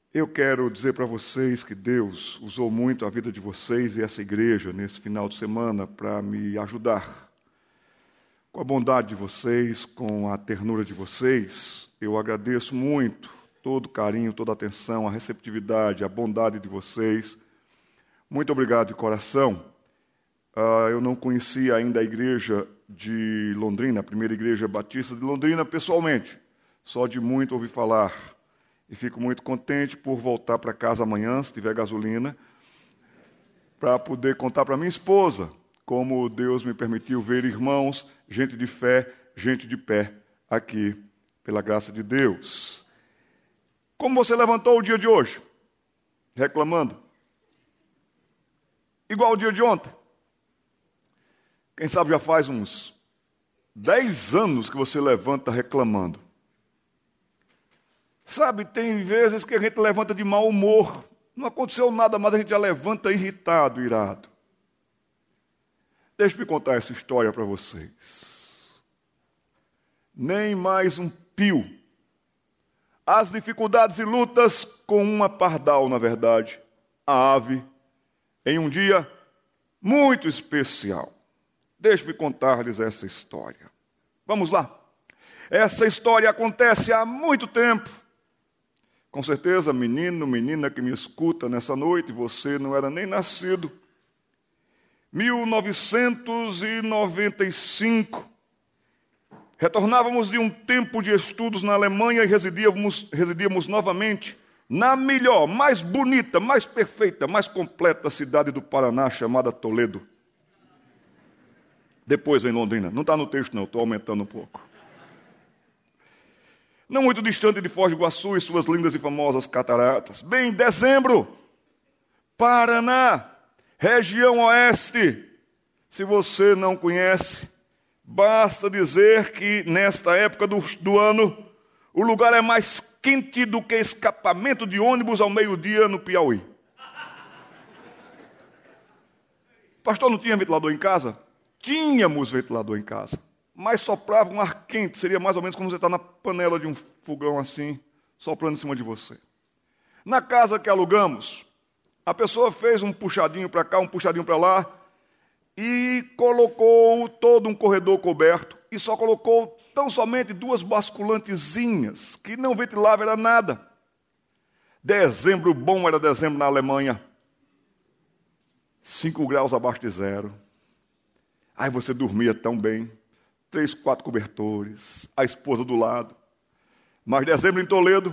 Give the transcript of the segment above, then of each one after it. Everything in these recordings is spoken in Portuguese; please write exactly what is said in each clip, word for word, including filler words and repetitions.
Eu quero dizer para vocês que Deus usou muito a vida de vocês e essa igreja nesse final de semana para me ajudar. Com a bondade de vocês, com a ternura de vocês, eu agradeço muito todo o carinho, toda a atenção, a receptividade, a bondade de vocês. Muito obrigado de coração. Uh, eu não conhecia ainda a igreja de Londrina, a primeira igreja batista de Londrina, pessoalmente. Só de muito ouvi falar. E fico muito contente por voltar para casa amanhã, se tiver gasolina, para poder contar para minha esposa como Deus me permitiu ver irmãos, gente de fé, gente de pé, aqui, pela graça de Deus. Como você levantou o dia de hoje? Reclamando? Igual o dia de ontem? Quem sabe já faz uns dez anos que você levanta reclamando. Sabe, tem vezes que a gente levanta de mau humor. Não aconteceu nada, mas a gente já levanta irritado, irado. Deixa eu contar essa história para vocês. Nem mais um pio. As dificuldades e lutas com uma pardal, na verdade. A ave, em um dia muito especial. Deixa eu contar-lhes essa história. Vamos lá. Essa história acontece há muito tempo. Com certeza, menino, menina que me escuta nessa noite, você não era nem nascido. mil novecentos e noventa e cinco, retornávamos de um tempo de estudos na Alemanha e residíamos, residíamos novamente na melhor, mais bonita, mais perfeita, mais completa cidade do Paraná, chamada Toledo. Depois vem Londrina. Não está no texto, não, estou aumentando um pouco. Não muito distante de Foz do Iguaçu e suas lindas e famosas cataratas. Bem, dezembro, Paraná, região oeste. Se você não conhece, basta dizer que nesta época do, do ano, o lugar é mais quente do que escapamento de ônibus ao meio-dia no Piauí. Pastor, não tinha ventilador em casa? Tínhamos ventilador em casa. Mas soprava um ar quente, seria mais ou menos como você está na panela de um fogão assim, soprando em cima de você. Na casa que alugamos, a pessoa fez um puxadinho para cá, um puxadinho para lá, e colocou todo um corredor coberto, e só colocou tão somente duas basculantezinhas, que não ventilava, era nada. Dezembro bom era dezembro na Alemanha. Cinco graus abaixo de zero. Aí você dormia tão bem. Três, quatro cobertores, a esposa do lado. Mas dezembro em Toledo,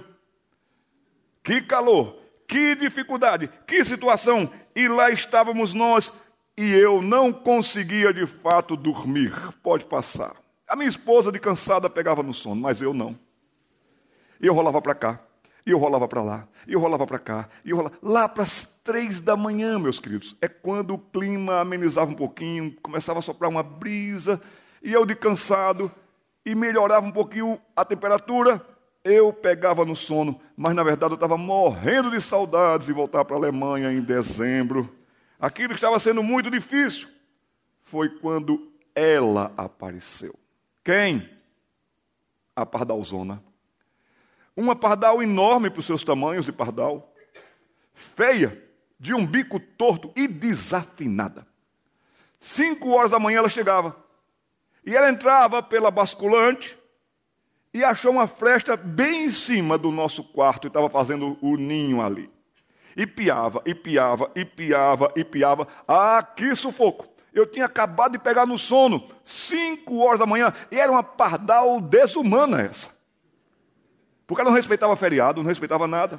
que calor, que dificuldade, que situação. E lá estávamos nós, e eu não conseguia de fato dormir. Pode passar. A minha esposa de cansada pegava no sono, mas eu não. E eu rolava para cá, e eu rolava para lá, e eu rolava para cá, e eu rolava... Lá para as três da manhã, meus queridos, é quando o clima amenizava um pouquinho, começava a soprar uma brisa... E eu de cansado, e melhorava um pouquinho a temperatura, eu pegava no sono. Mas, na verdade, eu estava morrendo de saudades de voltar para a Alemanha em dezembro. Aquilo que estava sendo muito difícil foi quando ela apareceu. Quem? A pardalzona. Uma pardal enorme para os seus tamanhos de pardal. Feia, de um bico torto e desafinada. Cinco horas da manhã ela chegava. E ela entrava pela basculante e achou uma fresta bem em cima do nosso quarto e estava fazendo o ninho ali. E piava, e piava, e piava, e piava. Ah, que sufoco! Eu tinha acabado de pegar no sono, cinco horas da manhã, e era uma pardal desumana essa. Porque ela não respeitava feriado, não respeitava nada.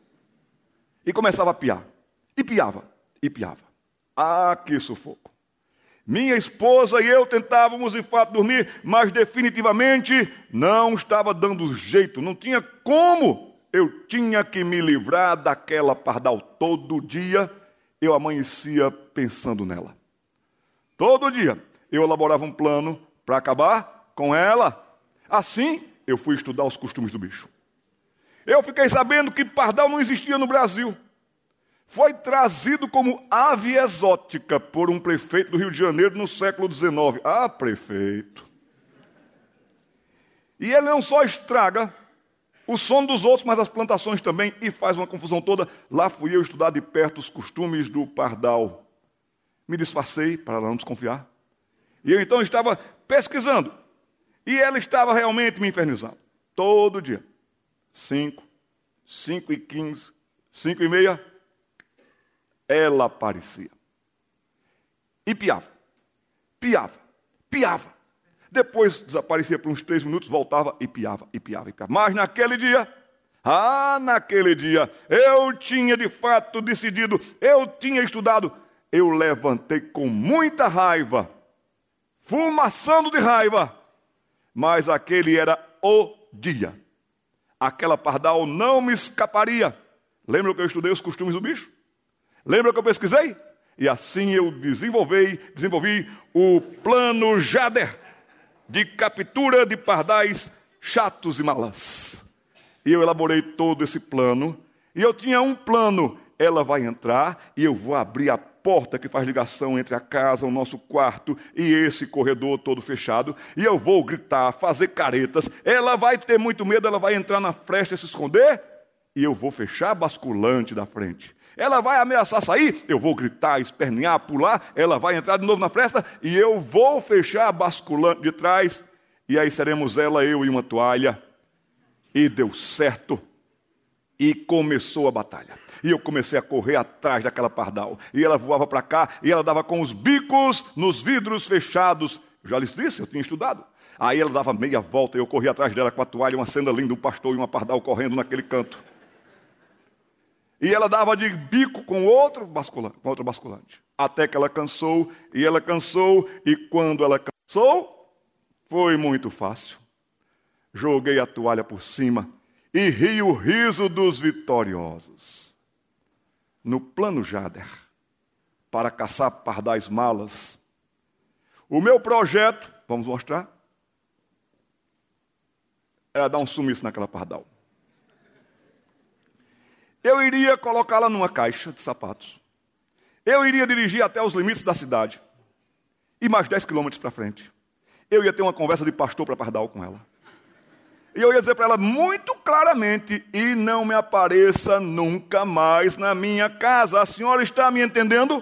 E começava a piar. E piava, e piava. Ah, que sufoco! Minha esposa e eu tentávamos, de fato, dormir, mas definitivamente não estava dando jeito, não tinha como. Eu tinha que me livrar daquela pardal. Todo dia eu amanhecia pensando nela. Todo dia eu elaborava um plano para acabar com ela. Assim, eu fui estudar os costumes do bicho. Eu fiquei sabendo que pardal não existia no Brasil. Foi trazido como ave exótica por um prefeito do Rio de Janeiro no século dezenove. Ah, prefeito! E ele não só estraga, o sono dos outros, mas as plantações também, e faz uma confusão toda. Lá fui eu estudar de perto os costumes do pardal. Me disfarcei para ela não desconfiar. E eu então estava pesquisando. E ela estava realmente me infernizando. Todo dia. Cinco, cinco e quinze, cinco e meia, ela aparecia. E piava, piava, piava. Depois desaparecia por uns três minutos, voltava e piava, e piava, e piava. Mas naquele dia, ah, naquele dia, eu tinha de fato decidido, eu tinha estudado, eu levantei com muita raiva, fumaçando de raiva, mas aquele era o dia. Aquela pardal não me escaparia. Lembra que eu estudei os costumes do bicho? Lembra que eu pesquisei? E assim eu desenvolvi, desenvolvi o plano Jader, de captura de pardais chatos e malas. E eu elaborei todo esse plano. E eu tinha um plano. Ela vai entrar e eu vou abrir a porta que faz ligação entre a casa, o nosso quarto e esse corredor todo fechado. E eu vou gritar, fazer caretas. Ela vai ter muito medo, ela vai entrar na fresta e se esconder. E eu vou fechar a basculante da frente. Ela vai ameaçar sair, eu vou gritar, espernear, pular, ela vai entrar de novo na fresta e eu vou fechar a basculante de trás. E aí seremos ela, eu e uma toalha. E deu certo. E começou a batalha. E eu comecei a correr atrás daquela pardal. E ela voava para cá, e ela dava com os bicos nos vidros fechados. Eu já lhes disse, eu tinha estudado. Aí ela dava meia volta, e eu corria atrás dela com a toalha, uma cena linda, um pastor e uma pardal correndo naquele canto. E ela dava de bico com outro basculante, com outro basculante. Até que ela cansou, e ela cansou, e quando ela cansou, foi muito fácil. Joguei a toalha por cima e ri o riso dos vitoriosos. No plano Jader, para caçar pardais malas, o meu projeto, vamos mostrar, era dar um sumiço naquela pardal. Eu iria colocá-la numa caixa de sapatos. Eu iria dirigir até os limites da cidade. E mais dez quilômetros para frente. Eu ia ter uma conversa de pastor para pardal com ela. E eu ia dizer para ela muito claramente, e não me apareça nunca mais na minha casa. A senhora está me entendendo?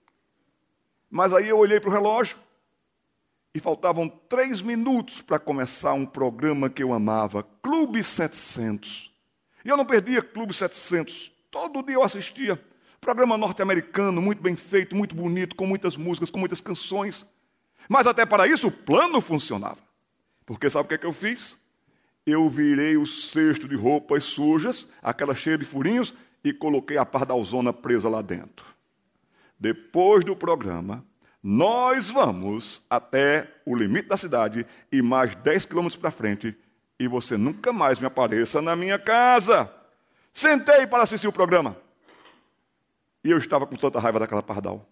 Mas aí eu olhei para o relógio. E faltavam três minutos para começar um programa que eu amava. Clube setecentos. E eu não perdia Clube setecentos. Todo dia eu assistia. Programa norte-americano, muito bem feito, muito bonito, com muitas músicas, com muitas canções. Mas até para isso o plano funcionava. Porque sabe o que é que eu fiz? Eu virei o cesto de roupas sujas, aquela cheia de furinhos, e coloquei a pardalzona presa lá dentro. Depois do programa, nós vamos até o limite da cidade e mais dez quilômetros para frente, e você nunca mais me apareça na minha casa. Sentei para assistir o programa. E eu estava com tanta raiva daquela pardal.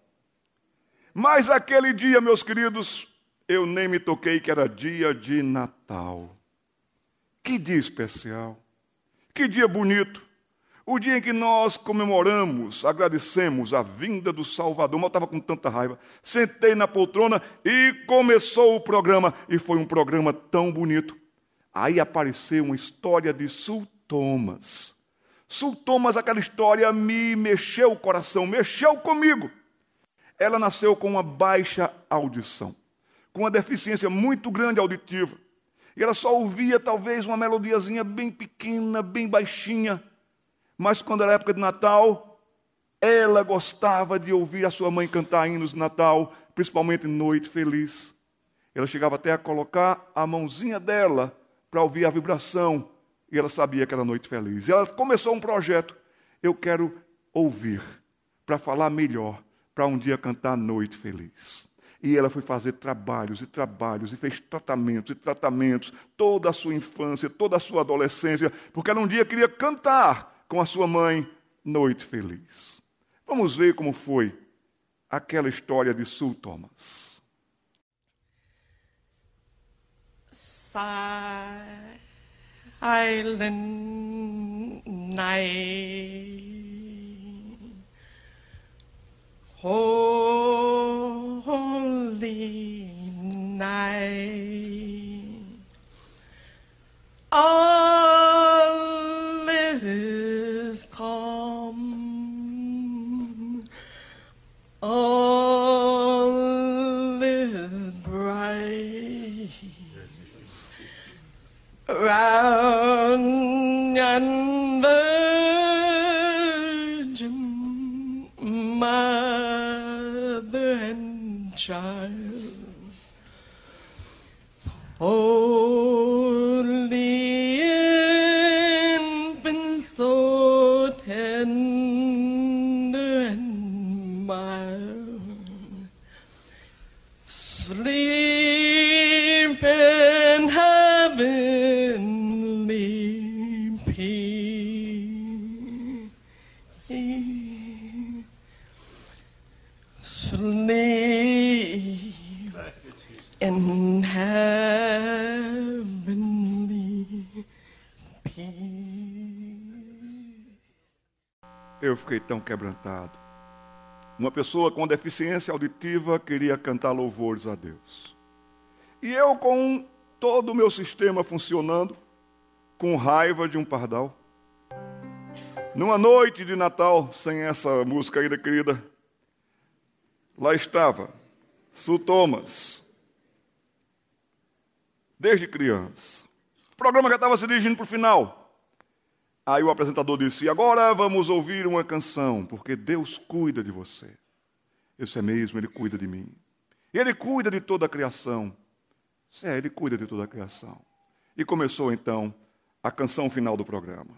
Mas aquele dia, meus queridos, eu nem me toquei que era dia de Natal. Que dia especial. Que dia bonito. O dia em que nós comemoramos, agradecemos a vinda do Salvador. Mas eu estava com tanta raiva. Sentei na poltrona e começou o programa. E foi um programa tão bonito. Aí apareceu uma história de Sul Thomas. Sul Thomas, aquela história me mexeu o coração, mexeu comigo. Ela nasceu com uma baixa audição, com uma deficiência muito grande auditiva. E ela só ouvia talvez uma melodiazinha bem pequena, bem baixinha. Mas quando era época de Natal, ela gostava de ouvir a sua mãe cantar hinos de Natal, principalmente Noite Feliz. Ela chegava até a colocar a mãozinha dela para ouvir a vibração, e ela sabia que era Noite Feliz. E ela começou um projeto. Eu quero ouvir, para falar melhor, para um dia cantar Noite Feliz. E ela foi fazer trabalhos e trabalhos, e fez tratamentos e tratamentos, toda a sua infância, toda a sua adolescência, porque ela um dia queria cantar com a sua mãe Noite Feliz. Vamos ver como foi aquela história de Sul Thomas. Silent night, holy night, all warm, all is bright round and virgin mother and child. Holy infant, so tender and mild, sleep in heavenly peace, sleep in heavenly peace. Eu fiquei tão quebrantado. Uma pessoa com deficiência auditiva queria cantar louvores a Deus. E eu, com todo o meu sistema funcionando, com raiva de um pardal. Numa noite de Natal, sem essa música ainda, querida, lá estava Sue Thomas, desde criança. O programa já estava se dirigindo para o final. Aí o apresentador disse: agora vamos ouvir uma canção, porque Deus cuida de você. Isso é mesmo, Ele cuida de mim. Ele cuida de toda a criação. É, Ele cuida de toda a criação. E começou então a canção final do programa.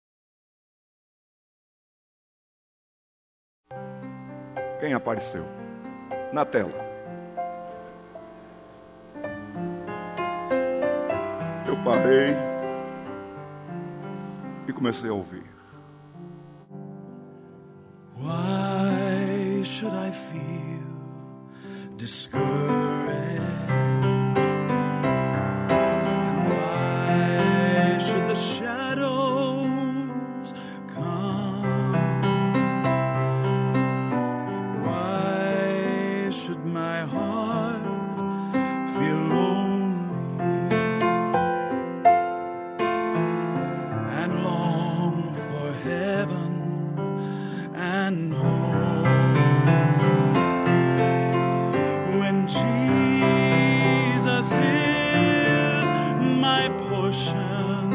Quem apareceu? Na tela. Eu parei e comecei a ouvir. Why should I feel discouraged? And why should the shadows come? Why should my heart feel lonely and long for heaven and home, when Jesus is my portion,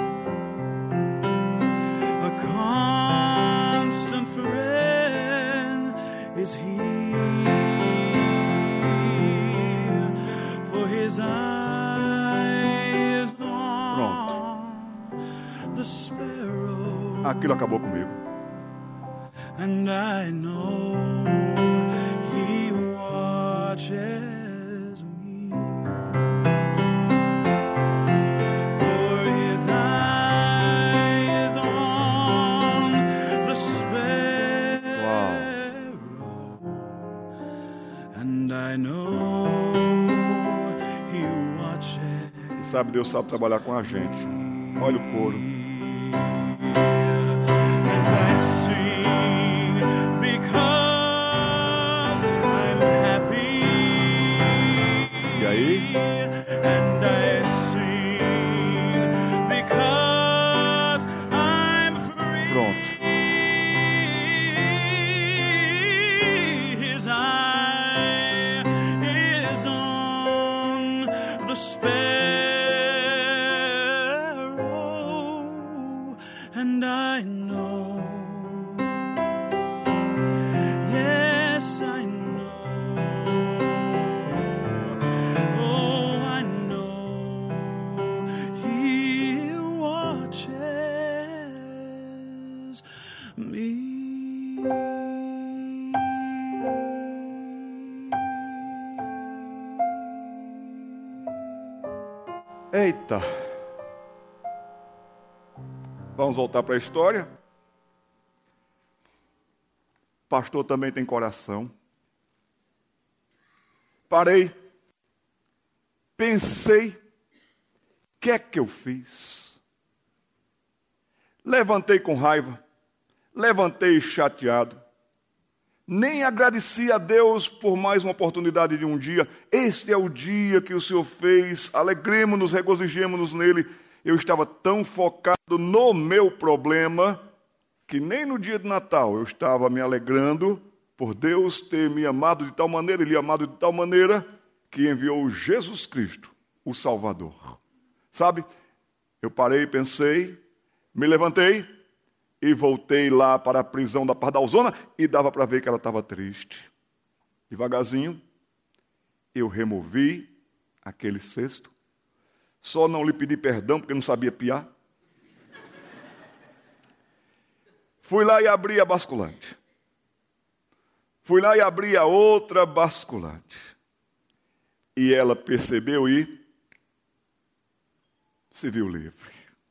a constant friend is He, for His eye is on the sparrow. Aquilo acabou comigo. And I know He watches me, for His eye is on the sparrow. And I know He watches. E sabe, Deus sabe trabalhar com a gente. Olha o coro. And I sing because I'm happy. E aí? And I sing because I'm free. Pronto. His eye is on the sparrow, and I know, yes, I know, oh, I know, He watches me. Eita. Vamos voltar para a história. Pastor também tem coração. Parei. Pensei. O que é que eu fiz? Levantei com raiva. Levantei chateado. Nem agradeci a Deus por mais uma oportunidade de um dia. Este é o dia que o Senhor fez. Alegremos-nos, regozijemos-nos nele. Eu estava tão focado no meu problema que nem no dia de Natal eu estava me alegrando por Deus ter me amado de tal maneira, Ele amado de tal maneira, que enviou Jesus Cristo, o Salvador. Sabe, eu parei, pensei, me levantei e voltei lá para a prisão da Pardalzona e dava para ver que ela estava triste. Devagarzinho, eu removi aquele cesto, só não lhe pedi perdão porque não sabia piar. Fui lá e abri a basculante. Fui lá e abri a outra basculante. E ela percebeu e se viu livre.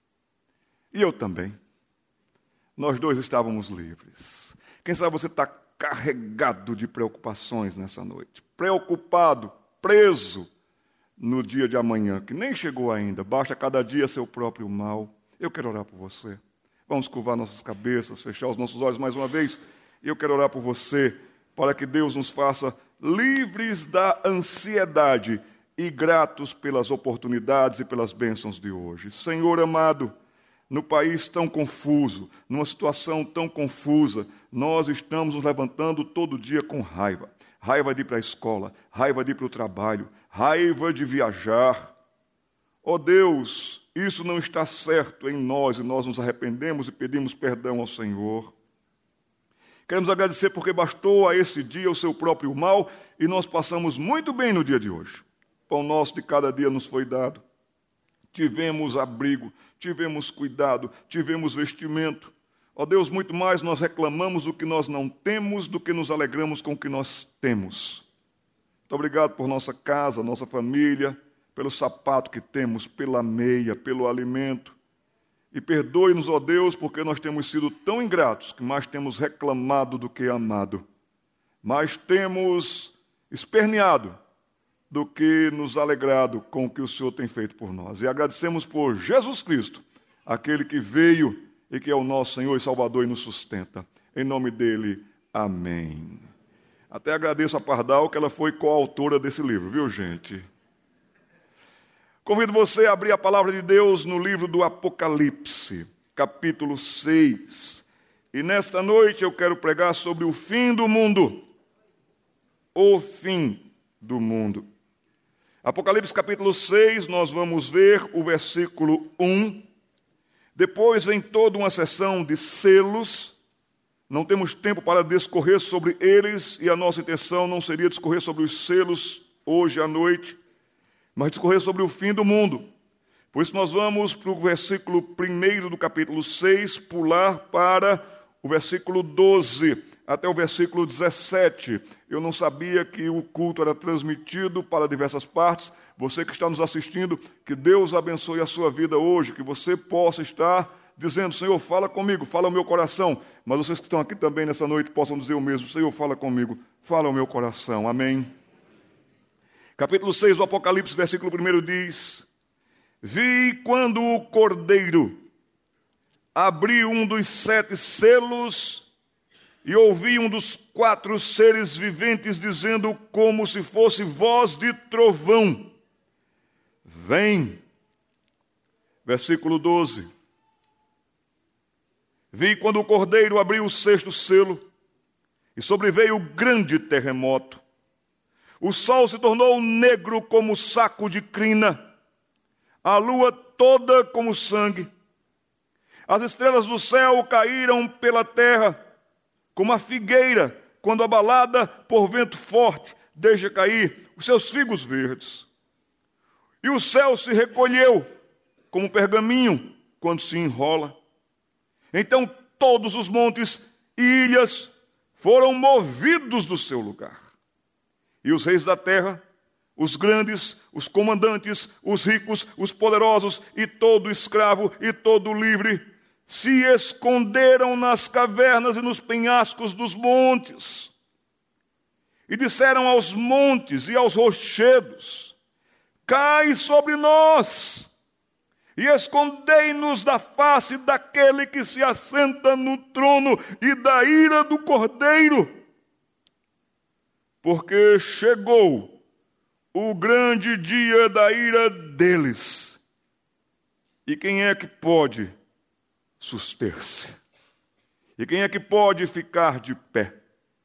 E eu também. Nós dois estávamos livres. Quem sabe você está carregado de preocupações nessa noite. Preocupado, preso no dia de amanhã, que nem chegou ainda. Basta cada dia seu próprio mal. Eu quero orar por você. Vamos curvar nossas cabeças, fechar os nossos olhos mais uma vez. E eu quero orar por você, para que Deus nos faça livres da ansiedade e gratos pelas oportunidades e pelas bênçãos de hoje. Senhor amado, no país tão confuso, numa situação tão confusa, nós estamos nos levantando todo dia com raiva. Raiva de ir para a escola, raiva de ir para o trabalho, raiva de viajar. Ó Deus, isso não está certo em nós e nós nos arrependemos e pedimos perdão ao Senhor. Queremos agradecer porque bastou a esse dia o seu próprio mal e nós passamos muito bem no dia de hoje. Pão nosso de cada dia nos foi dado. Tivemos abrigo, tivemos cuidado, tivemos vestimento. Ó Deus, muito mais nós reclamamos o que nós não temos do que nos alegramos com o que nós temos. Muito obrigado por nossa casa, nossa família, pelo sapato que temos, pela meia, pelo alimento. E perdoe-nos, ó Deus, porque nós temos sido tão ingratos que mais temos reclamado do que amado. Mais temos esperneado do que nos alegrado com o que o Senhor tem feito por nós. E agradecemos por Jesus Cristo, aquele que veio e que é o nosso Senhor e Salvador e nos sustenta. Em nome dele, amém. Até agradeço a Pardal que ela foi coautora desse livro, viu, gente? Convido você a abrir a palavra de Deus no livro do Apocalipse, capítulo seis. E nesta noite eu quero pregar sobre o fim do mundo. O fim do mundo. Apocalipse capítulo seis, nós vamos ver o versículo um. Depois vem toda uma sessão de selos. Não temos tempo para discorrer sobre eles e a nossa intenção não seria discorrer sobre os selos hoje à noite, mas discorrer sobre o fim do mundo. Por isso nós vamos para o versículo primeiro do capítulo seis, pular para o versículo doze, até o versículo dezessete. Eu não sabia que o culto era transmitido para diversas partes. Você que está nos assistindo, que Deus abençoe a sua vida hoje, que você possa estar dizendo, Senhor, fala comigo, fala ao meu coração. Mas vocês que estão aqui também nessa noite possam dizer o mesmo, Senhor, fala comigo, fala ao meu coração. Amém. Capítulo seis do Apocalipse, versículo um diz: Vi quando o Cordeiro abriu um dos sete selos e ouvi um dos quatro seres viventes dizendo como se fosse voz de trovão: Vem. Versículo doze. Vi quando o Cordeiro abriu o sexto selo e sobreveio grande terremoto. O sol se tornou negro como saco de crina, a lua toda como sangue. As estrelas do céu caíram pela terra, como a figueira, quando abalada por vento forte, deixa cair os seus figos verdes. E o céu se recolheu, como pergaminho, quando se enrola. Então todos os montes e ilhas foram movidos do seu lugar. E os reis da terra, os grandes, os comandantes, os ricos, os poderosos, e todo escravo e todo livre, se esconderam nas cavernas e nos penhascos dos montes. E disseram aos montes e aos rochedos: Cai sobre nós, e escondei-nos da face daquele que se assenta no trono e da ira do Cordeiro. Porque chegou o grande dia da ira deles. E quem é que pode suster-se? E quem é que pode ficar de pé?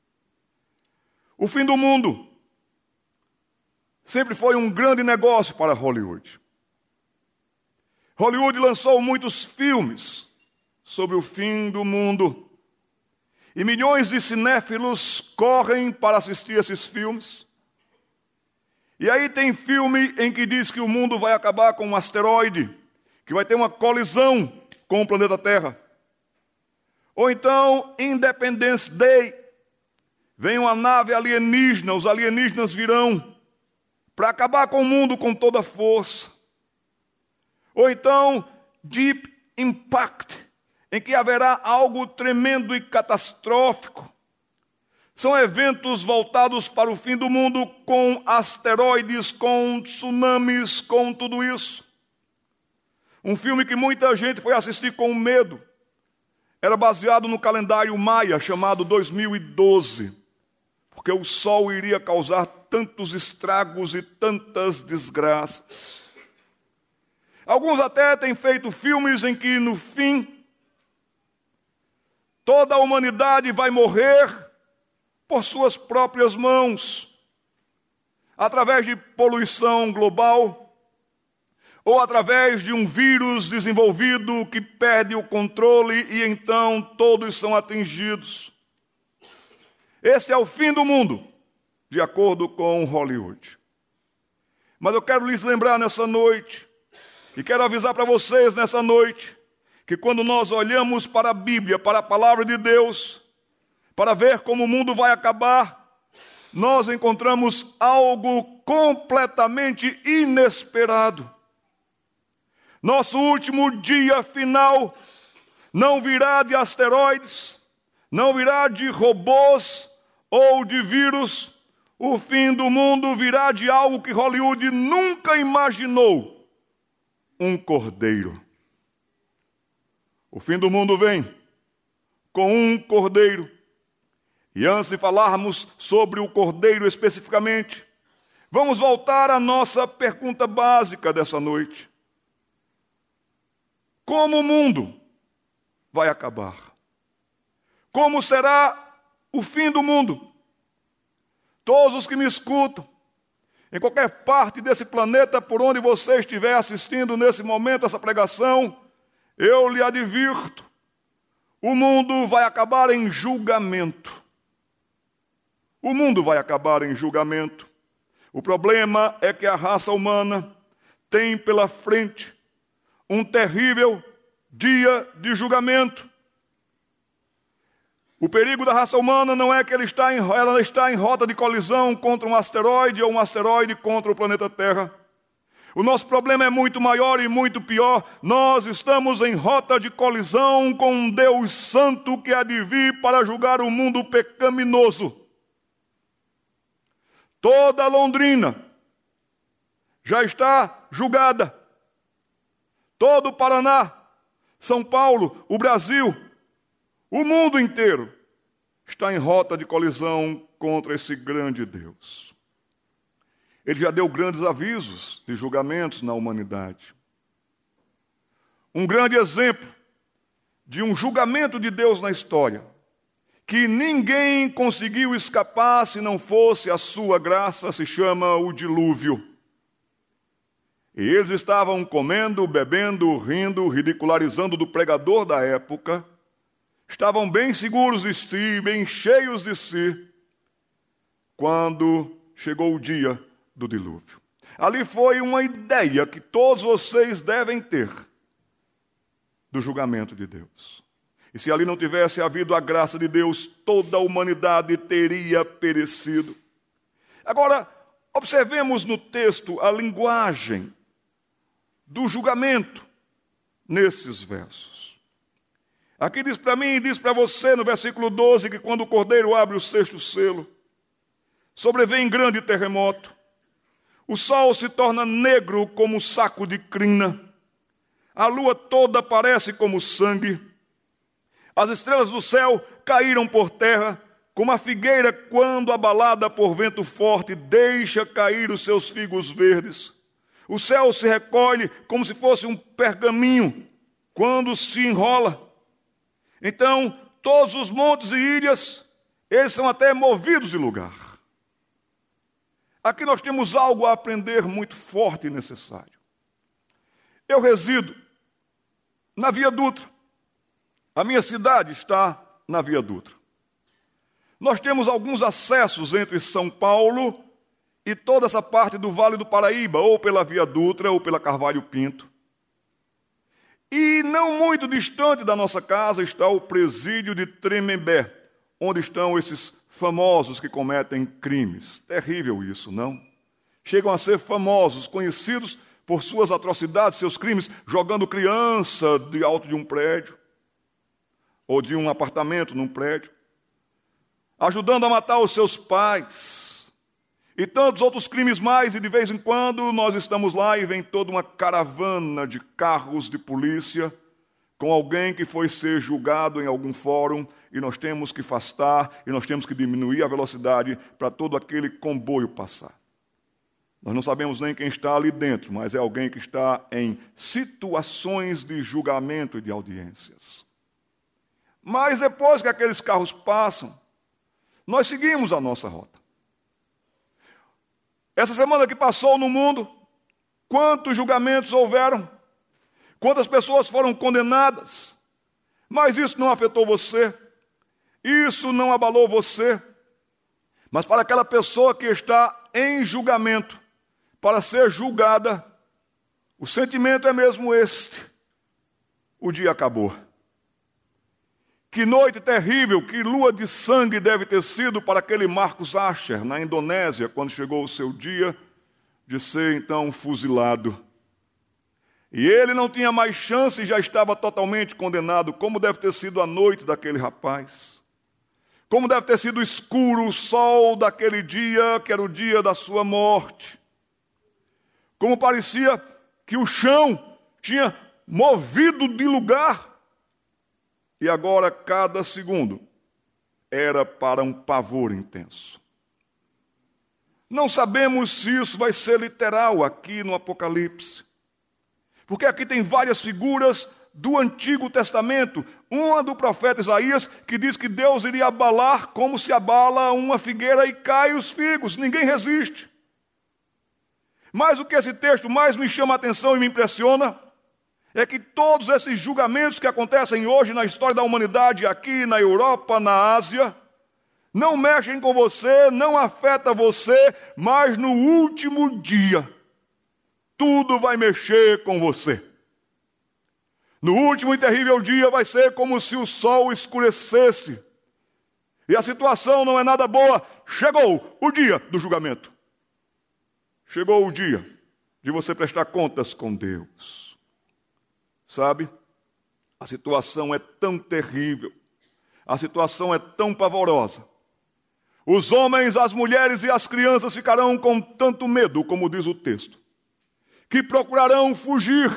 O fim do mundo sempre foi um grande negócio para Hollywood. Hollywood lançou muitos filmes sobre o fim do mundo. E milhões de cinéfilos correm para assistir esses filmes. E aí tem filme em que diz que o mundo vai acabar com um asteroide, que vai ter uma colisão com o planeta Terra. Ou então, Independence Day, vem uma nave alienígena, os alienígenas virão para acabar com o mundo com toda a força. Ou então, Deep Impact, em que haverá algo tremendo e catastrófico. São eventos voltados para o fim do mundo, com asteroides, com tsunamis, com tudo isso. Um filme que muita gente foi assistir com medo. Era baseado no calendário maia, chamado dois mil e doze. Porque o sol iria causar tantos estragos e tantas desgraças. Alguns até têm feito filmes em que, no fim, toda a humanidade vai morrer por suas próprias mãos, através de poluição global, ou através de um vírus desenvolvido que perde o controle e então todos são atingidos. Este é o fim do mundo, de acordo com Hollywood. Mas eu quero lhes lembrar nessa noite, e quero avisar para vocês nessa noite, que quando nós olhamos para a Bíblia, para a palavra de Deus, para ver como o mundo vai acabar, nós encontramos algo completamente inesperado. Nosso último dia final não virá de asteroides, não virá de robôs ou de vírus. O fim do mundo virá de algo que Hollywood nunca imaginou: um cordeiro. O fim do mundo vem com um cordeiro. E antes de falarmos sobre o cordeiro especificamente, vamos voltar à nossa pergunta básica dessa noite. Como o mundo vai acabar? Como será o fim do mundo? Todos os que me escutam, em qualquer parte desse planeta, por onde você estiver assistindo nesse momento essa pregação, eu lhe advirto, o mundo vai acabar em julgamento. O mundo vai acabar em julgamento. O problema é que a raça humana tem pela frente um terrível dia de julgamento. O perigo da raça humana não é que ele está em, ela está em rota de colisão contra um asteroide ou um asteroide contra o planeta Terra. O nosso problema é muito maior e muito pior. Nós estamos em rota de colisão com um Deus santo que há de vir para julgar o mundo pecaminoso. Toda Londrina já está julgada. Todo o Paraná, São Paulo, o Brasil, o mundo inteiro está em rota de colisão contra esse grande Deus. Ele já deu grandes avisos de julgamentos na humanidade. Um grande exemplo de um julgamento de Deus na história, que ninguém conseguiu escapar se não fosse a sua graça, se chama o dilúvio. E eles estavam comendo, bebendo, rindo, ridicularizando do pregador da época. Estavam bem seguros de si, bem cheios de si, quando chegou o dia do dilúvio. Ali foi uma ideia que todos vocês devem ter do julgamento de Deus. E se ali não tivesse havido a graça de Deus, toda a humanidade teria perecido. Agora, observemos no texto a linguagem do julgamento nesses versos. Aqui diz para mim e diz para você no versículo doze que quando o cordeiro abre o sexto selo, sobrevém grande terremoto, o sol se torna negro como um saco de crina, a lua toda parece como sangue, as estrelas do céu caíram por terra, como a figueira quando abalada por vento forte deixa cair os seus figos verdes. O céu se recolhe como se fosse um pergaminho quando se enrola. Então, todos os montes e ilhas, eles são até movidos de lugar. Aqui nós temos algo a aprender muito forte e necessário. Eu resido na Via Dutra. A minha cidade está na Via Dutra. Nós temos alguns acessos entre São Paulo e toda essa parte do Vale do Paraíba, ou pela Via Dutra ou pela Carvalho Pinto. E não muito distante da nossa casa está o presídio de Tremembé, onde estão esses famosos que cometem crimes. Terrível isso, não? Chegam a ser famosos, conhecidos por suas atrocidades, seus crimes, jogando criança de alto de um prédio, ou de um apartamento num prédio, ajudando a matar os seus pais, e tantos outros crimes mais, e de vez em quando nós estamos lá e vem toda uma caravana de carros de polícia com alguém que foi ser julgado em algum fórum, e nós temos que afastar, e nós temos que diminuir a velocidade para todo aquele comboio passar. Nós não sabemos nem quem está ali dentro, mas é alguém que está em situações de julgamento e de audiências. Mas depois que aqueles carros passam, nós seguimos a nossa rota. Essa semana que passou no mundo, quantos julgamentos houveram? Quantas pessoas foram condenadas? Mas isso não afetou você, isso não abalou você. Mas para aquela pessoa que está em julgamento, para ser julgada, o sentimento é mesmo este: o dia acabou. Que noite terrível, que lua de sangue deve ter sido para aquele Marcus Asher, na Indonésia, quando chegou o seu dia de ser então fuzilado. E ele não tinha mais chance e já estava totalmente condenado. Como deve ter sido a noite daquele rapaz? Como deve ter sido escuro o sol daquele dia, que era o dia da sua morte? Como parecia que o chão tinha movido de lugar. E agora, cada segundo era para um pavor intenso. Não sabemos se isso vai ser literal aqui no Apocalipse. Porque aqui tem várias figuras do Antigo Testamento. Uma do profeta Isaías, que diz que Deus iria abalar como se abala uma figueira e cai os figos. Ninguém resiste. Mas o que esse texto mais me chama a atenção e me impressiona é que todos esses julgamentos que acontecem hoje na história da humanidade, aqui na Europa, na Ásia, não mexem com você, não afetam você, mas no último dia, tudo vai mexer com você. No último e terrível dia vai ser como se o sol escurecesse. E a situação não é nada boa. Chegou o dia do julgamento. Chegou o dia de você prestar contas com Deus. Sabe, a situação é tão terrível, a situação é tão pavorosa. Os homens, as mulheres e as crianças ficarão com tanto medo, como diz o texto, que procurarão fugir.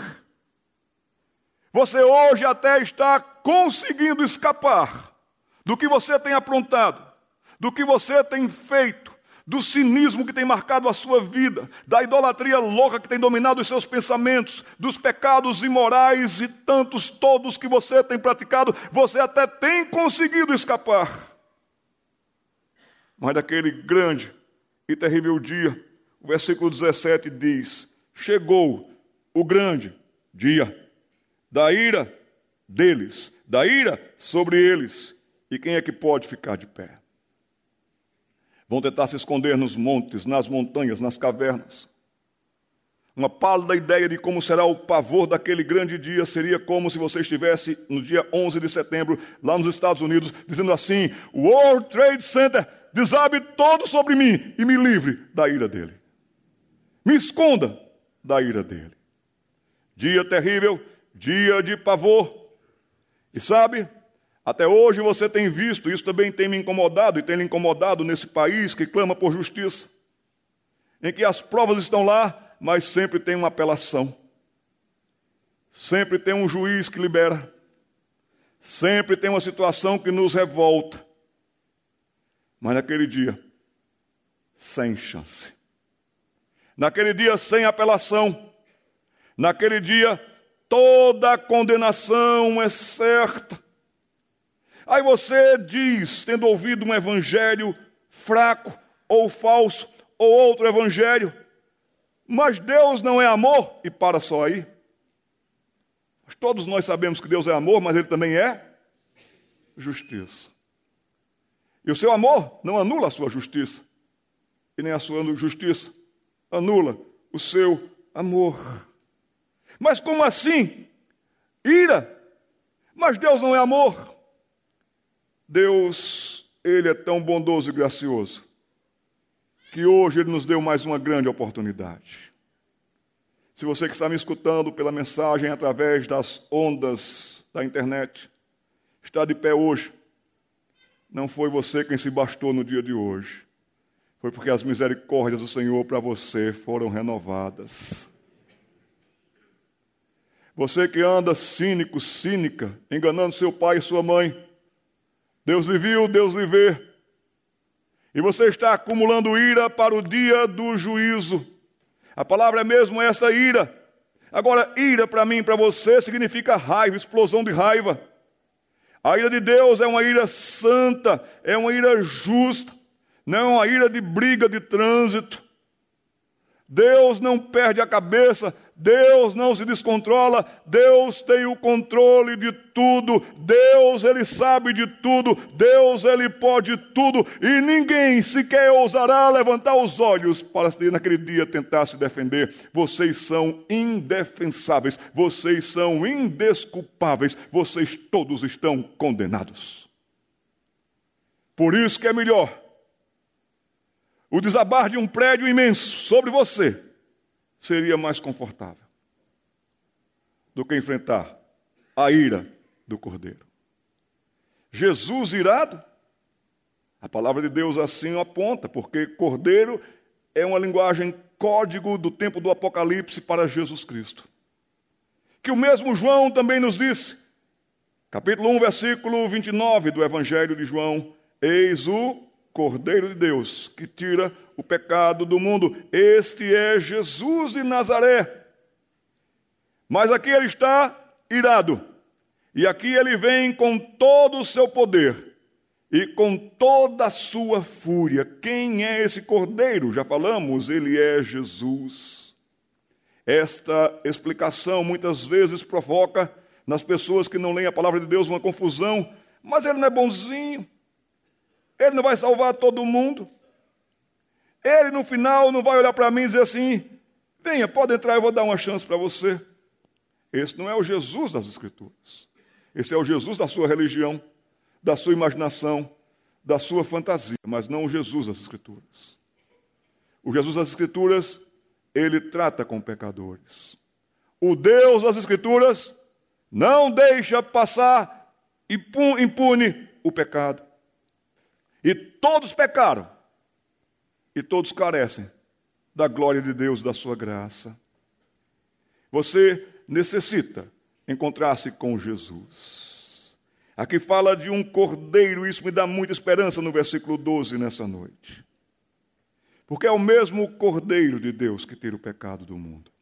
Você hoje até está conseguindo escapar do que você tem aprontado, do que você tem feito, do cinismo que tem marcado a sua vida, da idolatria louca que tem dominado os seus pensamentos, dos pecados imorais e tantos todos que você tem praticado, você até tem conseguido escapar. Mas daquele grande e terrível dia, o versículo dezessete diz: chegou o grande dia da ira deles, da ira sobre eles, e quem é que pode ficar de pé? Vão tentar se esconder nos montes, nas montanhas, nas cavernas. Uma pálida ideia de como será o pavor daquele grande dia seria como se você estivesse no dia onze de setembro, lá nos Estados Unidos, dizendo assim: o World Trade Center desabe todo sobre mim e me livre da ira dele. Me esconda da ira dele. Dia terrível, dia de pavor. E sabe, até hoje você tem visto, isso também tem me incomodado e tem lhe incomodado nesse país que clama por justiça, em que as provas estão lá, mas sempre tem uma apelação. Sempre tem um juiz que libera. Sempre tem uma situação que nos revolta. Mas naquele dia, sem chance. Naquele dia, sem apelação. Naquele dia, toda a condenação é certa. Aí você diz, tendo ouvido um evangelho fraco ou falso, ou outro evangelho, mas Deus não é amor, e para só aí. Mas todos nós sabemos que Deus é amor, mas Ele também é justiça. E o seu amor não anula a sua justiça, e nem a sua justiça anula o seu amor. Mas como assim? Ira? Mas Deus não é amor. Deus, Ele é tão bondoso e gracioso, que hoje Ele nos deu mais uma grande oportunidade. Se você que está me escutando pela mensagem através das ondas da internet, está de pé hoje, não foi você quem se bastou no dia de hoje. Foi porque as misericórdias do Senhor para você foram renovadas. Você que anda cínico, cínica, enganando seu pai e sua mãe, Deus lhe viu, Deus lhe vê. E você está acumulando ira para o dia do juízo. A palavra é mesmo essa, ira. Agora, ira para mim e para você significa raiva, explosão de raiva. A ira de Deus é uma ira santa, é uma ira justa, não é uma ira de briga de trânsito. Deus não perde a cabeça, Deus não se descontrola, Deus tem o controle de tudo, Deus, Ele sabe de tudo, Deus, Ele pode tudo, e ninguém sequer ousará levantar os olhos para naquele dia tentar se defender. Vocês são indefensáveis, vocês são indesculpáveis, vocês todos estão condenados. Por isso que é melhor o desabar de um prédio imenso sobre você seria mais confortável do que enfrentar a ira do Cordeiro. Jesus irado, a palavra de Deus assim aponta, porque Cordeiro é uma linguagem código do tempo do Apocalipse para Jesus Cristo. Que o mesmo João também nos disse, capítulo um, versículo vinte e nove do Evangelho de João, eis o Cordeiro de Deus, que tira o pecado do mundo. Este é Jesus de Nazaré. Mas aqui ele está irado. E aqui ele vem com todo o seu poder e com toda a sua fúria. Quem é esse Cordeiro? Já falamos, ele é Jesus. Esta explicação muitas vezes provoca nas pessoas que não leem a palavra de Deus uma confusão. Mas ele não é bonzinho. Ele não vai salvar todo mundo. Ele, no final, não vai olhar para mim e dizer assim, venha, pode entrar, eu vou dar uma chance para você. Esse não é o Jesus das Escrituras. Esse é o Jesus da sua religião, da sua imaginação, da sua fantasia, mas não o Jesus das Escrituras. O Jesus das Escrituras, ele trata com pecadores. O Deus das Escrituras não deixa passar impune o pecado. E todos pecaram, e todos carecem da glória de Deus, da sua graça. Você necessita encontrar-se com Jesus. Aqui fala de um cordeiro, isso me dá muita esperança no versículo doze nessa noite. Porque é o mesmo cordeiro de Deus que tira o pecado do mundo.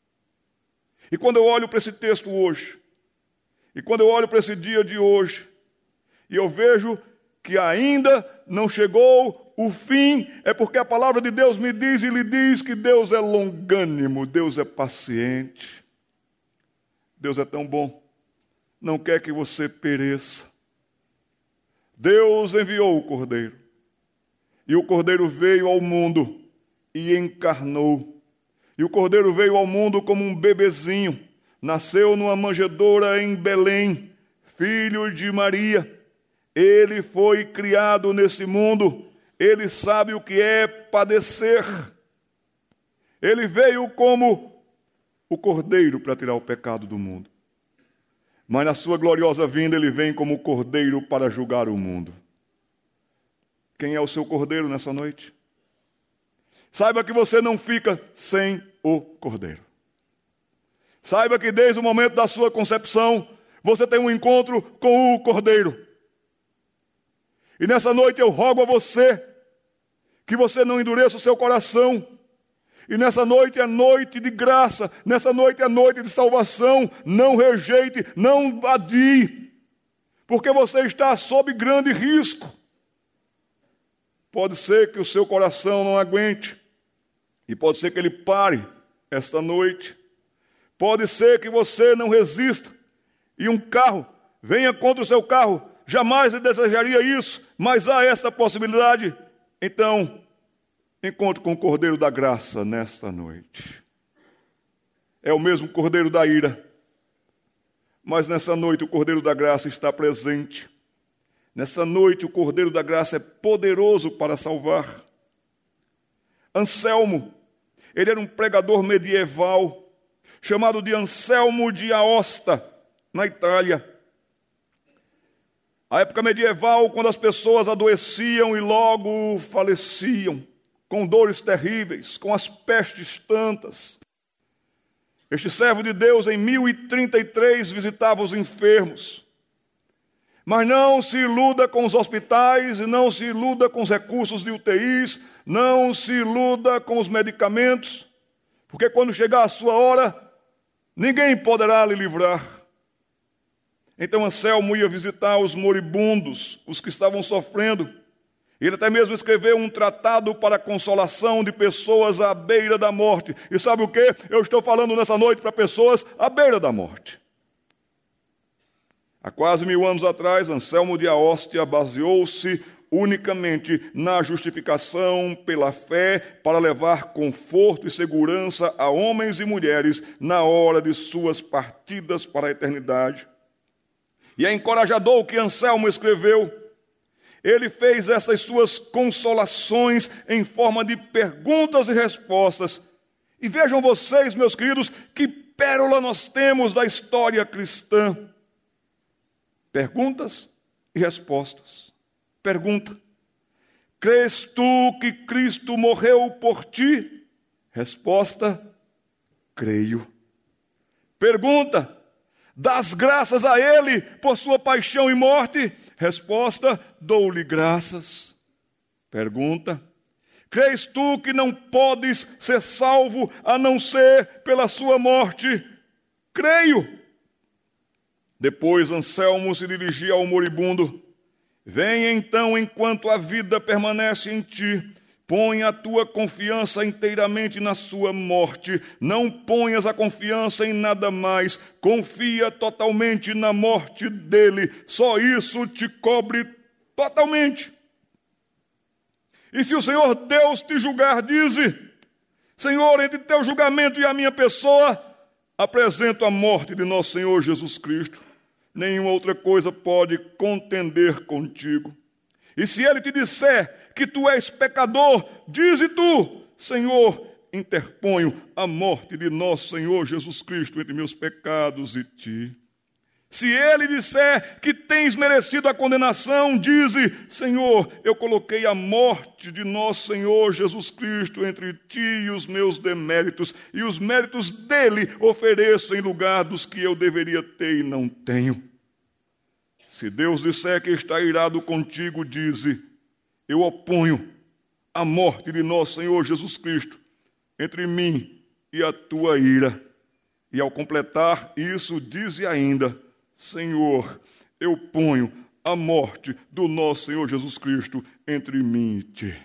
E quando eu olho para esse texto hoje, e quando eu olho para esse dia de hoje, e eu vejo que ainda não chegou o fim, é porque a palavra de Deus me diz e lhe diz que Deus é longânimo, Deus é paciente. Deus é tão bom, não quer que você pereça. Deus enviou o Cordeiro, e o Cordeiro veio ao mundo e encarnou. E o Cordeiro veio ao mundo como um bebezinho, nasceu numa manjedoura em Belém, filho de Maria. Ele foi criado nesse mundo, ele sabe o que é padecer. Ele veio como o Cordeiro para tirar o pecado do mundo. Mas na sua gloriosa vinda ele vem como o Cordeiro para julgar o mundo. Quem é o seu Cordeiro nessa noite? Saiba que você não fica sem o Cordeiro. Saiba que desde o momento da sua concepção, você tem um encontro com o Cordeiro. E nessa noite eu rogo a você que você não endureça o seu coração. E nessa noite é noite de graça, nessa noite é noite de salvação. Não rejeite, não adie. porque você está sob grande risco. Pode ser que o seu coração não aguente, e pode ser que ele pare esta noite. Pode ser que você não resista, e um carro venha contra o seu carro. Jamais ele desejaria isso, mas há essa possibilidade. Então, encontre com o Cordeiro da Graça nesta noite. É o mesmo Cordeiro da ira, mas nessa noite o Cordeiro da Graça está presente. Nessa noite o Cordeiro da Graça é poderoso para salvar. Anselmo, ele era um pregador medieval, chamado de Anselmo de Aosta, na Itália. A época medieval, quando as pessoas adoeciam e logo faleciam, com dores terríveis, com as pestes tantas. Este servo de Deus, em mil e trinta e três, visitava os enfermos. Mas não se iluda com os hospitais, e não se iluda com os recursos de U T Is, não se iluda com os medicamentos, porque quando chegar a sua hora, ninguém poderá lhe livrar. Então Anselmo ia visitar os moribundos, os que estavam sofrendo. Ele até mesmo escreveu um tratado para a consolação de pessoas à beira da morte. E sabe o que? Eu estou falando nessa noite para pessoas à beira da morte. Há quase mil anos atrás, Anselmo de Aóstia baseou-se unicamente na justificação pela fé para levar conforto e segurança a homens e mulheres na hora de suas partidas para a eternidade. E é encorajador o que Anselmo escreveu. Ele fez essas suas consolações em forma de perguntas e respostas. E vejam vocês, meus queridos, que pérola nós temos da história cristã. Perguntas e respostas. Pergunta: crês tu que Cristo morreu por ti? Resposta: creio. Pergunta: dás graças a Ele por sua paixão e morte? Resposta: dou-lhe graças. Pergunta: crês tu que não podes ser salvo a não ser pela sua morte? Creio. Depois Anselmo se dirigia ao moribundo: venha então enquanto a vida permanece em ti. Põe a tua confiança inteiramente na sua morte. Não ponhas a confiança em nada mais. Confia totalmente na morte dele. Só isso te cobre totalmente. E se o Senhor Deus te julgar, dize: Senhor, entre teu julgamento e a minha pessoa, apresento a morte de nosso Senhor Jesus Cristo. Nenhuma outra coisa pode contender contigo. E se ele te disser que tu és pecador, dize tu: Senhor, interponho a morte de nosso Senhor Jesus Cristo entre meus pecados e ti. Se ele disser que tens merecido a condenação, dize: Senhor, eu coloquei a morte de nosso Senhor Jesus Cristo entre ti e os meus deméritos, e os méritos dele ofereço em lugar dos que eu deveria ter e não tenho. Se Deus disser que está irado contigo, dize: eu oponho a morte de nosso Senhor Jesus Cristo entre mim e a tua ira. E ao completar isso, dize ainda: Senhor, eu ponho a morte do nosso Senhor Jesus Cristo entre mim e ti.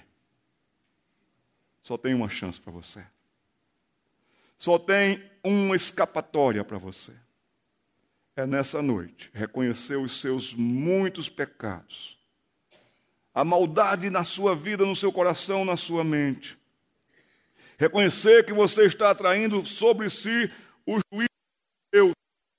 Só tem uma chance para você. Só tem uma escapatória para você. É nessa noite reconhecer os seus muitos pecados, a maldade na sua vida, no seu coração, na sua mente. Reconhecer que você está atraindo sobre si o juízo de Deus.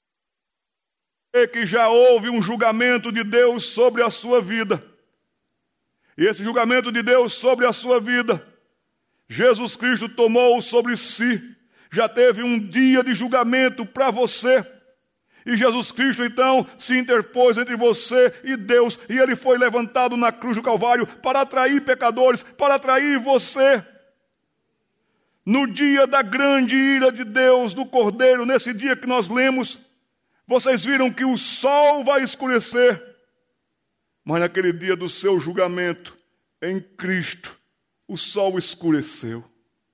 E que já houve um julgamento de Deus sobre a sua vida. E esse julgamento de Deus sobre a sua vida, Jesus Cristo tomou sobre si. Já teve um dia de julgamento para você. E Jesus Cristo, então, se interpôs entre você e Deus. E ele foi levantado na cruz do Calvário para atrair pecadores, para atrair você. No dia da grande ira de Deus, do Cordeiro, nesse dia que nós lemos, vocês viram que o sol vai escurecer. Mas naquele dia do seu julgamento, em Cristo, o sol escureceu.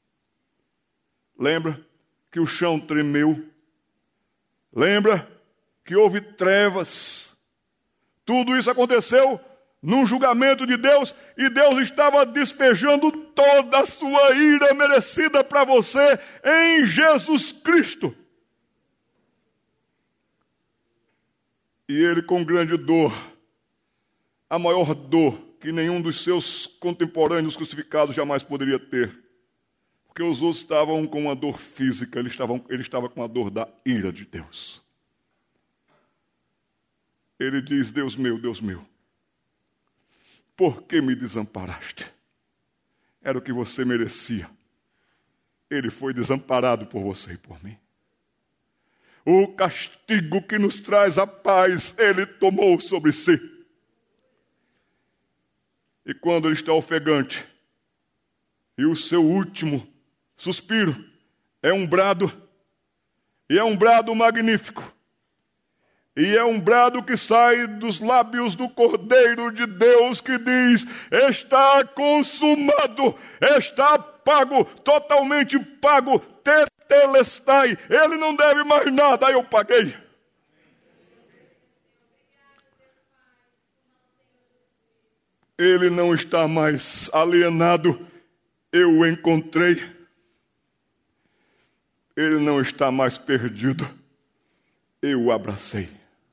Lembra que o chão tremeu? Lembra que houve trevas? Tudo isso aconteceu num julgamento de Deus, e Deus estava despejando toda a sua ira merecida para você em Jesus Cristo. E ele, com grande dor, a maior dor que nenhum dos seus contemporâneos crucificados jamais poderia ter, porque os outros estavam com uma dor física, ele estava, ele estava com a dor da ira de Deus. Ele diz: Deus meu, Deus meu, por que me desamparaste? Era o que você merecia. Ele foi desamparado por você e por mim. O castigo que nos traz a paz, ele tomou sobre si. E quando ele está ofegante, e o seu último suspiro é um brado, e é um brado magnífico, e é um brado que sai dos lábios do Cordeiro de Deus, que diz: está consumado, está pago, totalmente pago, tetelestai, ele não deve mais nada, eu paguei. Ele não está mais alienado, eu o encontrei. Ele não está mais perdido, eu o abracei.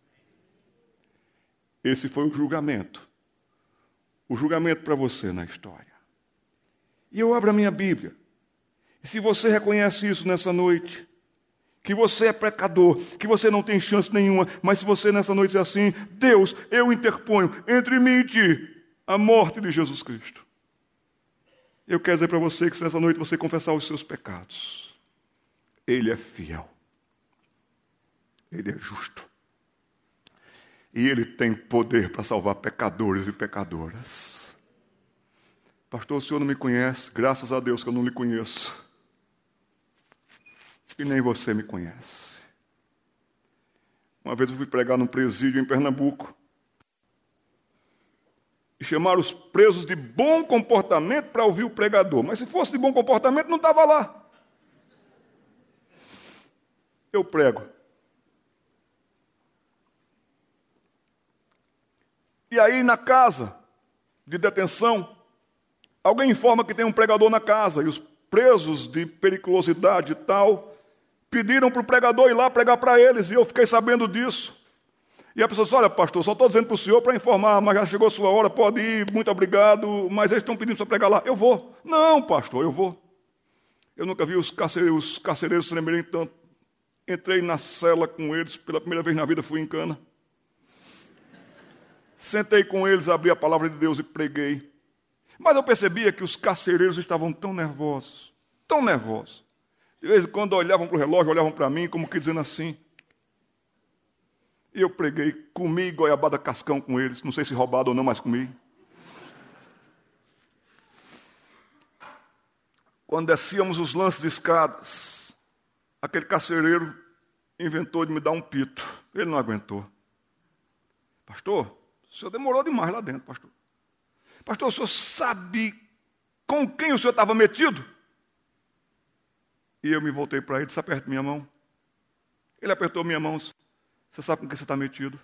Esse foi o julgamento. O julgamento para você na história. E eu abro a minha Bíblia. E se você reconhece isso nessa noite, que você é pecador, que você não tem chance nenhuma, mas se você nessa noite é assim: Deus, eu interponho entre mim e ti a morte de Jesus Cristo. Eu quero dizer para você que se nessa noite você confessar os seus pecados, Ele é fiel. Ele é justo. E Ele tem poder para salvar pecadores e pecadoras. Pastor, o senhor não me conhece, graças a Deus que eu não lhe conheço. E nem você me conhece. Uma vez eu fui pregar num presídio em Pernambuco. E chamaram os presos de bom comportamento para ouvir o pregador. Mas se fosse de bom comportamento, não estava lá. Eu prego. E aí, na casa de detenção, alguém informa que tem um pregador na casa, e os presos de periculosidade e tal pediram para o pregador ir lá pregar para eles, e eu fiquei sabendo disso. E a pessoa disse: olha, pastor, só estou dizendo para o senhor para informar, mas já chegou a sua hora, pode ir, muito obrigado, mas eles estão pedindo para pregar lá. Eu vou. Não, pastor, eu vou. Eu nunca vi os carcereiros, os carcereiros tremerem tanto. Entrei na cela com eles, pela primeira vez na vida fui em cana. Sentei com eles, abri a palavra de Deus e preguei. Mas eu percebia que os carcereiros estavam tão nervosos, tão nervosos. De vez em quando olhavam para o relógio, olhavam para mim, como que dizendo assim. E eu preguei, comi goiabada cascão com eles, não sei se roubado ou não, mas comi. Quando descíamos os lances de escadas, aquele carcereiro inventou de me dar um pito. Ele não aguentou. Pastor, o senhor demorou demais lá dentro, pastor. Pastor, o senhor sabe com quem o senhor estava metido? E eu me voltei para ele, disse: aperte minha mão. Ele apertou minha mão. Você sabe com quem você está metido?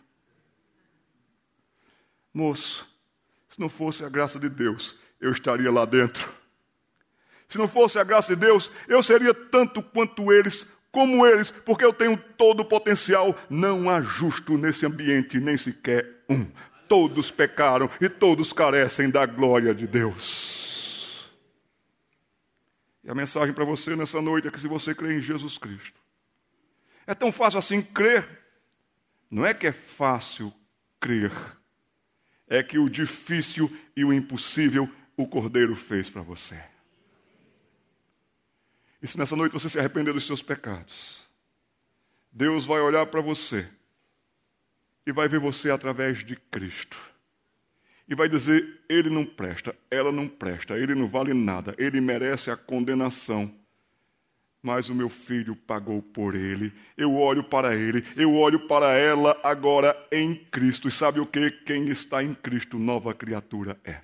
Moço, se não fosse a graça de Deus, eu estaria lá dentro. Se não fosse a graça de Deus, eu seria tanto quanto eles, como eles, porque eu tenho todo o potencial. Não há justo nesse ambiente, nem sequer um. Todos pecaram e todos carecem da glória de Deus. E a mensagem para você nessa noite é que se você crê em Jesus Cristo, é tão fácil assim crer. Não é que é fácil crer, é que o difícil e o impossível o Cordeiro fez para você. E se nessa noite você se arrepender dos seus pecados, Deus vai olhar para você e vai ver você através de Cristo. E vai dizer: ele não presta, ela não presta, ele não vale nada, ele merece a condenação. Mas o meu filho pagou por ele. Eu olho para ele, eu olho para ela agora em Cristo. E sabe o que? Quem está em Cristo, nova criatura é.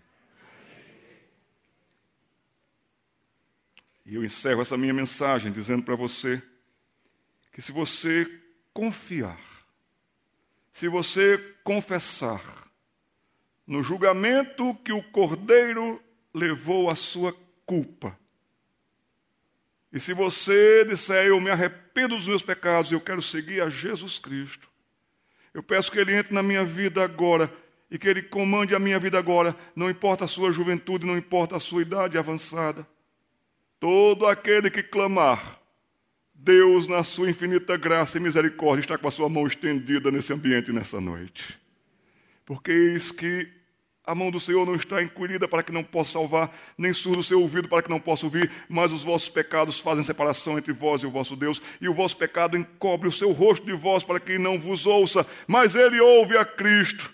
E eu encerro essa minha mensagem dizendo para você que se você confiar, se você confessar no julgamento que o Cordeiro levou a sua culpa, e se você disser, eu me arrependo dos meus pecados, eu quero seguir a Jesus Cristo, eu peço que Ele entre na minha vida agora, e que Ele comande a minha vida agora, não importa a sua juventude, não importa a sua idade avançada. Todo aquele que clamar, Deus, na sua infinita graça e misericórdia, está com a sua mão estendida nesse ambiente nessa noite. Porque eis que a mão do Senhor não está encolhida para que não possa salvar, nem surdo o seu ouvido para que não possa ouvir, mas os vossos pecados fazem separação entre vós e o vosso Deus, e o vosso pecado encobre o seu rosto de vós para que não vos ouça, mas Ele ouve a Cristo.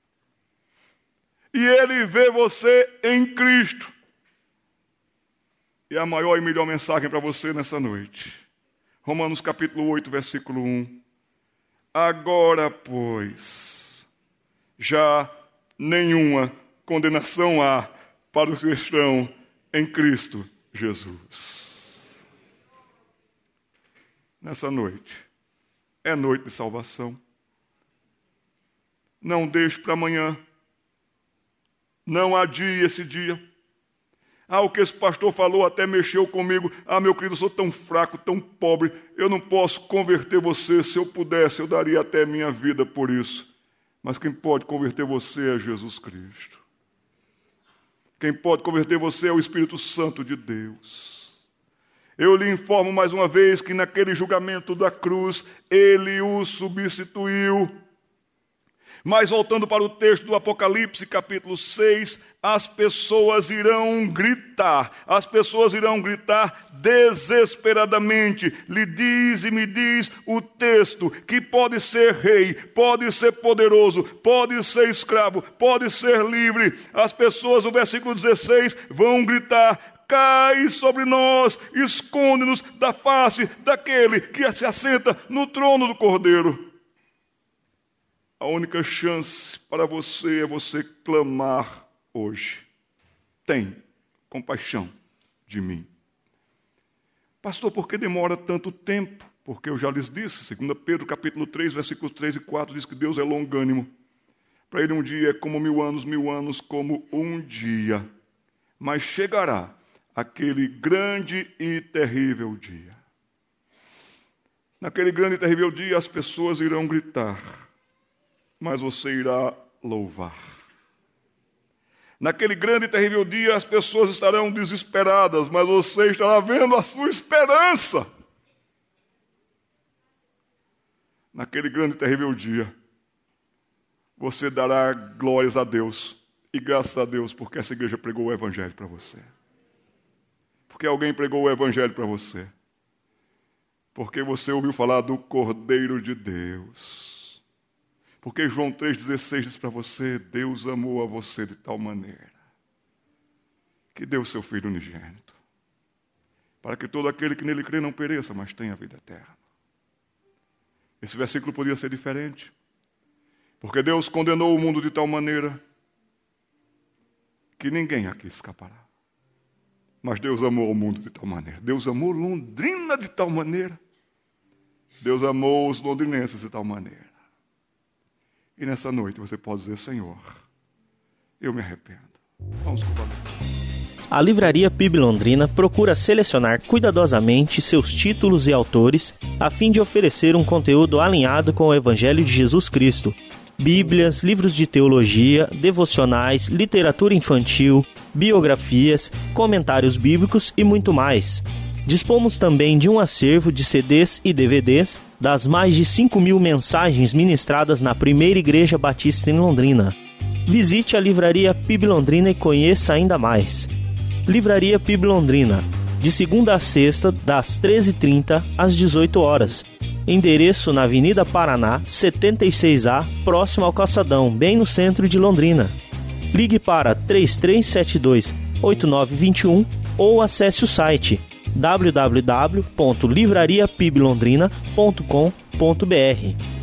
E Ele vê você em Cristo. E a maior e melhor mensagem para você nessa noite. Romanos capítulo oito, versículo um. Agora, pois, já nenhuma condenação há para os que estão em Cristo Jesus. Nessa noite, é noite de salvação. Não deixe para amanhã. Não adie esse dia. Ah, o que esse pastor falou até mexeu comigo. Ah, meu querido, eu sou tão fraco, tão pobre, eu não posso converter você. Se eu pudesse, eu daria até minha vida por isso. Mas quem pode converter você é Jesus Cristo. Quem pode converter você é o Espírito Santo de Deus. Eu lhe informo mais uma vez que naquele julgamento da cruz, Ele o substituiu. Mas voltando para o texto do Apocalipse, capítulo seis, as pessoas irão gritar, as pessoas irão gritar desesperadamente. Lhe diz e me diz o texto que pode ser rei, pode ser poderoso, pode ser escravo, pode ser livre. As pessoas, no versículo dezesseis, vão gritar: cai sobre nós, esconde-nos da face daquele que se assenta no trono do Cordeiro. A única chance para você é você clamar hoje: tem compaixão de mim. Pastor, por que demora tanto tempo? Porque eu já lhes disse, segundo Pedro capítulo três, versículos três e quatro, diz que Deus é longânimo. Para Ele um dia é como mil anos, mil anos como um dia. Mas chegará aquele grande e terrível dia. Naquele grande e terrível dia as pessoas irão gritar, mas você irá louvar. Naquele grande e terrível dia, as pessoas estarão desesperadas, mas você estará vendo a sua esperança. Naquele grande e terrível dia, você dará glórias a Deus e graças a Deus, porque essa igreja pregou o Evangelho para você. Porque alguém pregou o Evangelho para você. Porque você ouviu falar do Cordeiro de Deus. Porque João três dezesseis diz para você: Deus amou a você de tal maneira que deu o seu Filho unigênito, para que todo aquele que nele crê não pereça, mas tenha vida eterna. Esse versículo podia ser diferente, porque Deus condenou o mundo de tal maneira que ninguém aqui escapará. Mas Deus amou o mundo de tal maneira. Deus amou Londrina de tal maneira. Deus amou os londrinenses de tal maneira. E nessa noite você pode dizer: Senhor, eu me arrependo. Vamos curvar. A Livraria P I B Londrina procura selecionar cuidadosamente seus títulos e autores a fim de oferecer um conteúdo alinhado com o Evangelho de Jesus Cristo. Bíblias, livros de teologia, devocionais, literatura infantil, biografias, comentários bíblicos e muito mais. Dispomos também de um acervo de C Ds e D V Ds das mais de cinco mil mensagens ministradas na Primeira Igreja Batista em Londrina. Visite a Livraria P I B Londrina e conheça ainda mais. Livraria P I B Londrina, de segunda a sexta, das treze e trinta às dezoito horas. Endereço na Avenida Paraná, setenta e seis A, próximo ao Calçadão, bem no centro de Londrina. Ligue para três três sete dois, oito nove dois um ou acesse o site w w w ponto livraria p i b londrina ponto com ponto b r.